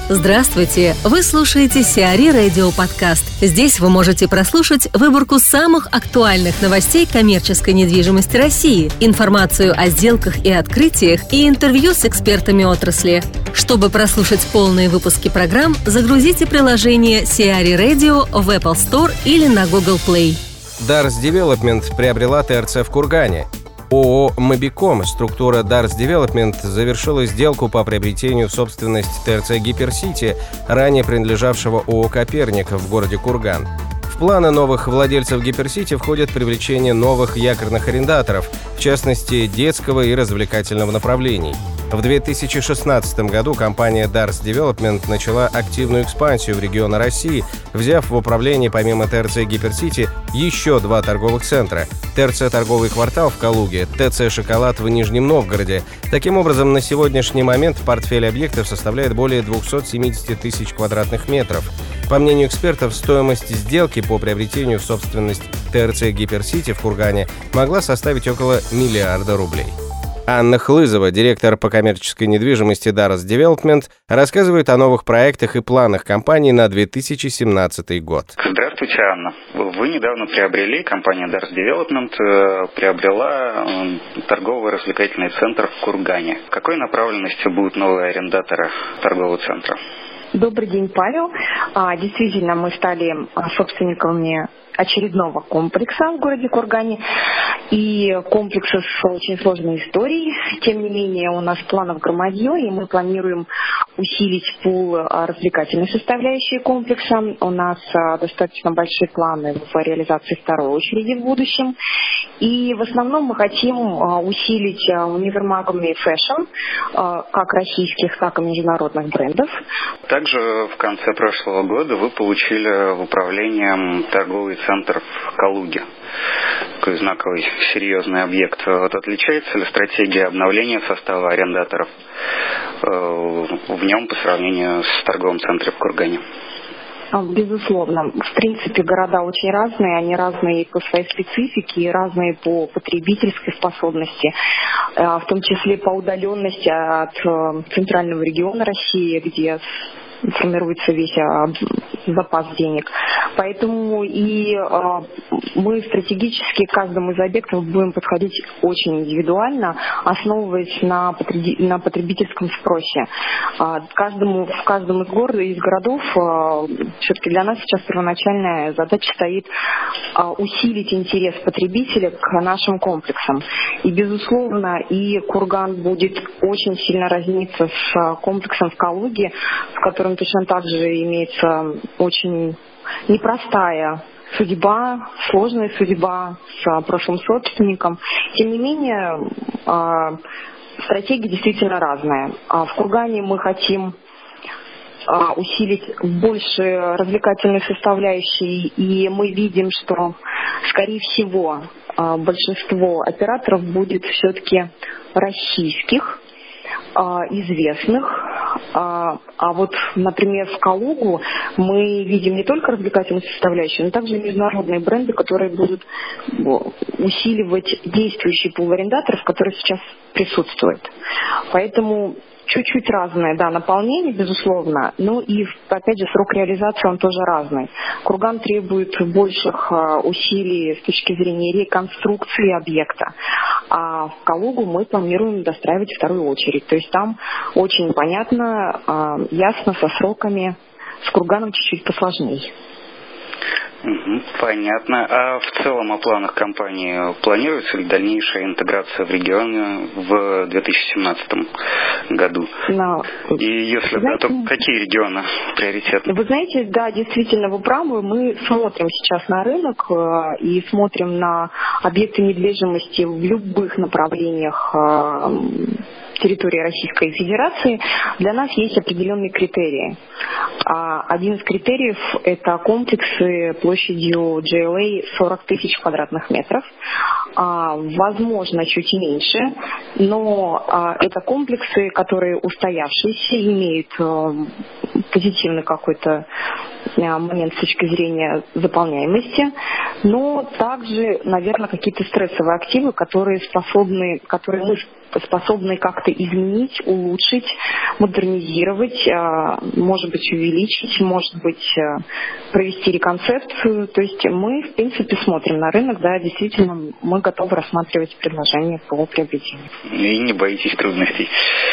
Здравствуйте! Вы слушаете Сиари Радио Подкаст. Здесь вы можете прослушать выборку самых актуальных новостей коммерческой недвижимости России, информацию о сделках и открытиях и интервью с экспертами отрасли. Чтобы прослушать полные выпуски программ, загрузите приложение Сиари Radio в Apple Store или на Google Play. Дарс Девелопмент приобрела ТРЦ в Кургане. ООО «Мобиком», структура Дарс Девелопмент, завершила сделку по приобретению в собственность ТРЦ «Гиперсити», ранее принадлежавшего ООО «Коперник» в городе Курган. В планы новых владельцев «Гиперсити» входит привлечение новых якорных арендаторов, в частности, детского и развлекательного направлений. В 2016 году компания Darts Development начала активную экспансию в регионы России, взяв в управление помимо ТРЦ «Гиперсити» еще 2 торговых центра – ТРЦ «Торговый квартал» в Калуге, ТЦ «Шоколад» в Нижнем Новгороде. Таким образом, на сегодняшний момент портфель объектов составляет более 270 тысяч квадратных метров. По мнению экспертов, стоимость сделки по приобретению в собственность ТРЦ «Гиперсити» в Кургане могла составить около миллиарда рублей. Анна Хлызова, директор по коммерческой недвижимости Darts Development, рассказывает о новых проектах и планах компании на 2017 год. Здравствуйте, Анна. Вы недавно компания Darts Development приобрела торгово-развлекательный центр в Кургане. Какой направленностью будут новые арендаторы торгового центра? Добрый день, Павел. Действительно, мы стали собственниками очередного комплекса в городе Кургане. И комплекса с очень сложной историей. Тем не менее, у нас планов громадье, и мы планируем усилить пул развлекательной составляющей комплекса. У нас достаточно большие планы в реализации второй очереди в будущем. И в основном мы хотим усилить универмагами фэшн, как российских, так и международных брендов. Также в конце прошлого года вы получили в управление торговый центр в Калуге. Такой знаковый, серьезный объект. Вот отличается ли стратегия обновления состава арендаторов в нем по сравнению с торговым центром в Кургане? Безусловно. В принципе, города очень разные. Они разные по своей специфике, разные по потребительской способности, в том числе по удаленности от центрального региона России, где формируется весь запас денег. Поэтому и мы стратегически к каждому из объектов будем подходить очень индивидуально, основываясь на потребительском спросе. В каждом из городов все-таки для нас сейчас первоначальная задача стоит усилить интерес потребителя к нашим комплексам. И, безусловно, и Курган будет очень сильно разниться с комплексом в Калуге, в котором точно так же имеется очень непростая судьба, сложная судьба с прошлым собственником. Тем не менее, стратегия действительно разная. В Кургане мы хотим усилить больше развлекательной составляющей, и мы видим, что, скорее всего, большинство операторов будет все-таки российских, известных. А вот, например, в Калугу мы видим не только развлекательную составляющую, но также международные бренды, которые будут усиливать действующий пул арендаторов, который сейчас присутствует. Поэтому чуть-чуть разное, да, наполнение, безусловно, но и, опять же, срок реализации он тоже разный. Курган требует больших усилий с точки зрения реконструкции объекта, а в Калугу мы планируем достраивать вторую очередь. То есть там очень понятно, ясно, со сроками, с Курганом чуть-чуть посложнее. Понятно. А в целом о планах компании планируется ли дальнейшая интеграция в регионе в 2017 году? И если да, то какие регионы приоритетны? Вы знаете, да, действительно, вы правы. Мы смотрим сейчас на рынок и смотрим на объекты недвижимости в любых направлениях территории Российской Федерации. Для нас есть определенные критерии. Один из критериев – это комплексы площадью GLA 40 тысяч квадратных метров. Возможно, чуть меньше, но это комплексы, которые устоявшиеся, имеют позитивный какой-то момент с точки зрения заполняемости, но также, наверное, какие-то стрессовые активы, которые мы способны как-то изменить, улучшить, модернизировать, может быть, увеличить, может быть, провести реконцепцию. То есть мы, в принципе, смотрим на рынок, да, действительно, мы готовы рассматривать предложения по приобретению. И не боитесь трудностей.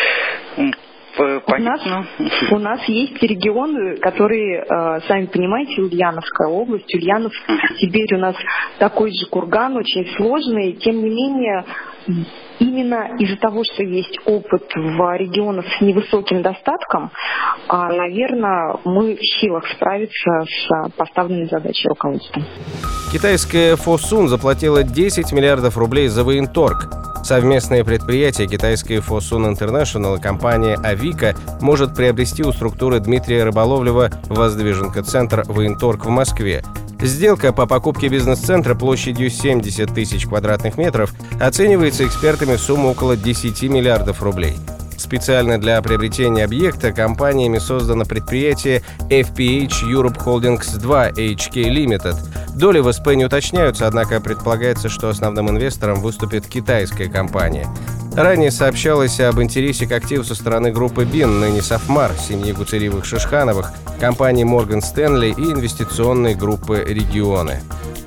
У нас есть регионы, которые, сами понимаете, Ульяновская область, Ульянов, Сибирь у нас такой же курган, очень сложный, тем не менее, именно из-за того, что есть опыт в регионах с невысоким достатком, наверное, мы в силах справиться с поставленной задачей руководства. Китайская Fosun заплатила 10 миллиардов рублей за военторг. Совместное предприятие китайской Fosun International и компания Авика может приобрести у структуры Дмитрия Рыболовлева воздвиженка-центр «Военторг» в Москве. Сделка по покупке бизнес-центра площадью 70 тысяч квадратных метров оценивается экспертами в сумму около 10 миллиардов рублей. Специально для приобретения объекта компаниями создано предприятие FPH Europe Holdings 2 HK Limited. Доли в СП не уточняются, однако предполагается, что основным инвестором выступит китайская компания. Ранее сообщалось об интересе к активу со стороны группы БИН, ныне Софмар, семьи Гуцериевых-Шишхановых, компании Morgan Stanley и инвестиционной группы «Регионы».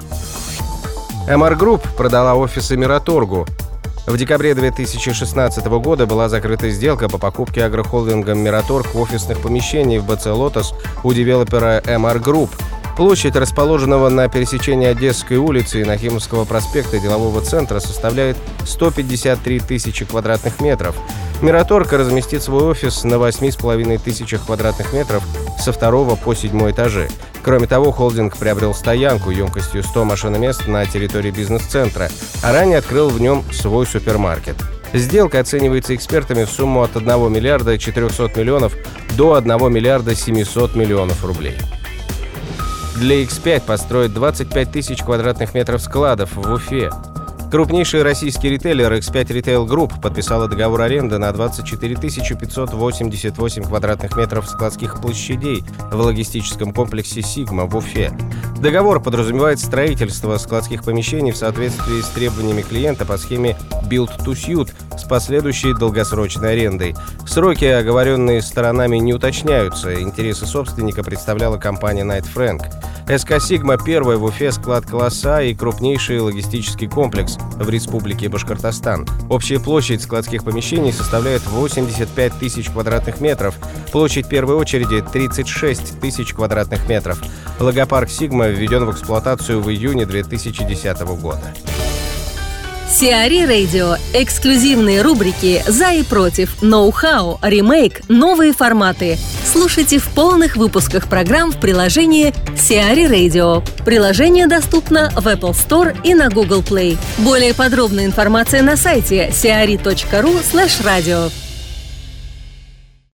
MR Group продала офисы Мираторгу. В декабре 2016 года была закрыта сделка по покупке агрохолдингом Мираторг офисных помещений в БЦ «Лотос» у девелопера MR Group. Площадь расположенного на пересечении Одесской улицы и Нахимовского проспекта делового центра составляет 153 тысячи квадратных метров. Мираторг разместит свой офис на 8,5 тысячах квадратных метров со 2 по 7 этажи. Кроме того, холдинг приобрел стоянку емкостью 100 машиномест на территории бизнес-центра, а ранее открыл в нем свой супермаркет. Сделка оценивается экспертами в сумму от 1 миллиарда 400 миллионов до 1 миллиарда 700 миллионов рублей. Для X5 построят 25 тысяч квадратных метров складов в Уфе. Крупнейший российский ритейлер X5 Retail Group подписала договор аренды на 24 588 квадратных метров складских площадей в логистическом комплексе «Сигма» в Уфе. Договор подразумевает строительство складских помещений в соответствии с требованиями клиента по схеме Build to Suit с последующей долгосрочной арендой. Сроки, оговоренные сторонами, не уточняются. Интересы собственника представляла компания Knight Frank. СК «Сигма» — первый в Уфе склад класса и крупнейший логистический комплекс в Республике Башкортостан. Общая площадь складских помещений составляет 85 тысяч квадратных метров. Площадь первой очереди — 36 тысяч квадратных метров. Логопарк «Сигма» введен в эксплуатацию в июне 2010 года. Сиари Radio. Эксклюзивные рубрики «За и против», «Ноу-хау», «Ремейк», «Новые форматы». Слушайте в полных выпусках программ в приложении Сиари Radio. Приложение доступно в Apple Store и на Google Play. Более подробная информация на сайте siari.ru/radio.